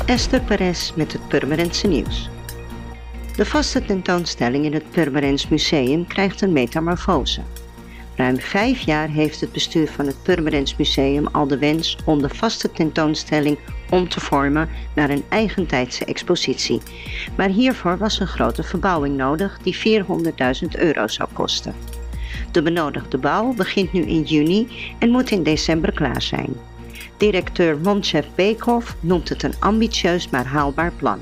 Esther Perez met het Purmerendse nieuws. De vaste tentoonstelling in het Purmerends Museum krijgt een metamorfose. Ruim 5 jaar heeft het bestuur van het Purmerends Museum al de wens om de vaste tentoonstelling om te vormen naar een eigentijdse expositie. Maar hiervoor was een grote verbouwing nodig die €400.000 zou kosten. De benodigde bouw begint nu in juni en moet in december klaar zijn. Directeur Montchef Beekhoff noemt het een ambitieus maar haalbaar plan.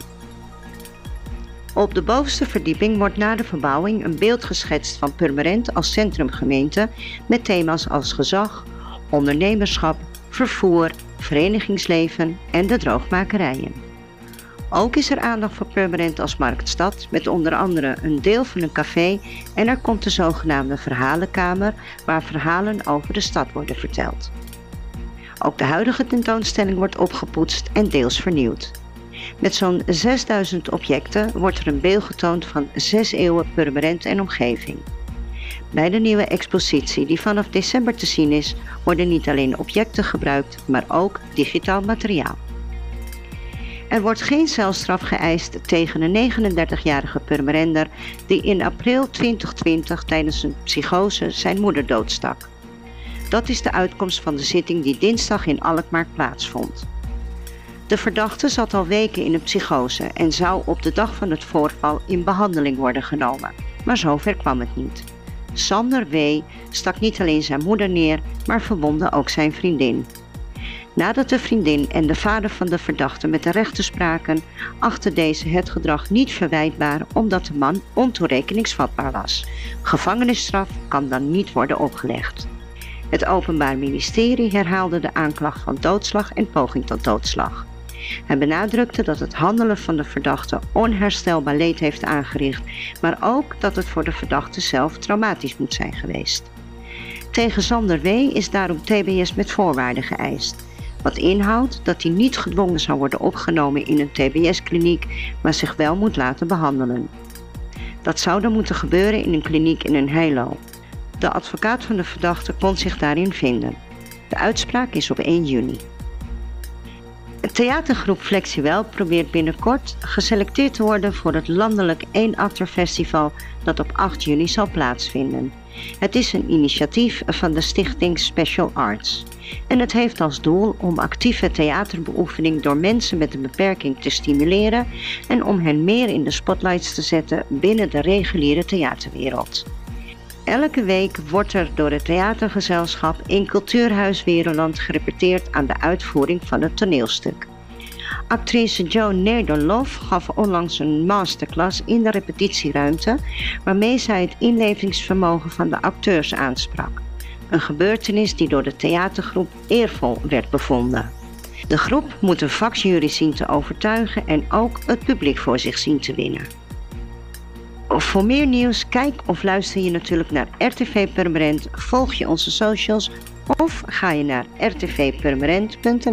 Op de bovenste verdieping wordt na de verbouwing een beeld geschetst van Purmerend als centrumgemeente met thema's als gezag, ondernemerschap, vervoer, verenigingsleven en de droogmakerijen. Ook is er aandacht voor Purmerend als marktstad met onder andere een deel van een café en er komt de zogenaamde verhalenkamer waar verhalen over de stad worden verteld. Ook de huidige tentoonstelling wordt opgepoetst en deels vernieuwd. Met zo'n 6000 objecten wordt er een beeld getoond van 6 eeuwen Purmerend en omgeving. Bij de nieuwe expositie die vanaf december te zien is, worden niet alleen objecten gebruikt, maar ook digitaal materiaal. Er wordt geen celstraf geëist tegen een 39-jarige Purmerender die in april 2020 tijdens een psychose zijn moeder doodstak. Dat is de uitkomst van de zitting die dinsdag in Alkmaar plaatsvond. De verdachte zat al weken in een psychose en zou op de dag van het voorval in behandeling worden genomen, maar zover kwam het niet. Sander W. stak niet alleen zijn moeder neer, maar verwondde ook zijn vriendin. Nadat de vriendin en de vader van de verdachte met de rechter spraken, achtte deze het gedrag niet verwijtbaar omdat de man ontoerekeningsvatbaar was. Gevangenisstraf kan dan niet worden opgelegd. Het Openbaar Ministerie herhaalde de aanklacht van doodslag en poging tot doodslag. Hij benadrukte dat het handelen van de verdachte onherstelbaar leed heeft aangericht, maar ook dat het voor de verdachte zelf traumatisch moet zijn geweest. Tegen Sander W. is daarom TBS met voorwaarden geëist, wat inhoudt dat hij niet gedwongen zou worden opgenomen in een TBS-kliniek, maar zich wel moet laten behandelen. Dat zou dan moeten gebeuren in een kliniek in een Heilo. De advocaat van de verdachte kon zich daarin vinden. De uitspraak is op 1 juni. Het theatergroep Flexiwel probeert binnenkort geselecteerd te worden voor het landelijk eenakterfestival dat op 8 juni zal plaatsvinden. Het is een initiatief van de stichting Special Arts. En het heeft als doel om actieve theaterbeoefening door mensen met een beperking te stimuleren en om hen meer in de spotlights te zetten binnen de reguliere theaterwereld. Elke week wordt er door het theatergezelschap in Cultuurhuis Wereland gerepeteerd aan de uitvoering van het toneelstuk. Actrice Jo Nederlof gaf onlangs een masterclass in de repetitieruimte, waarmee zij het inlevingsvermogen van de acteurs aansprak. Een gebeurtenis die door de theatergroep eervol werd bevonden. De groep moet een vakjury zien te overtuigen en ook het publiek voor zich zien te winnen. Voor meer nieuws, kijk of luister je natuurlijk naar RTV Purmerend, volg je onze socials of ga je naar rtvpurmerend.nl.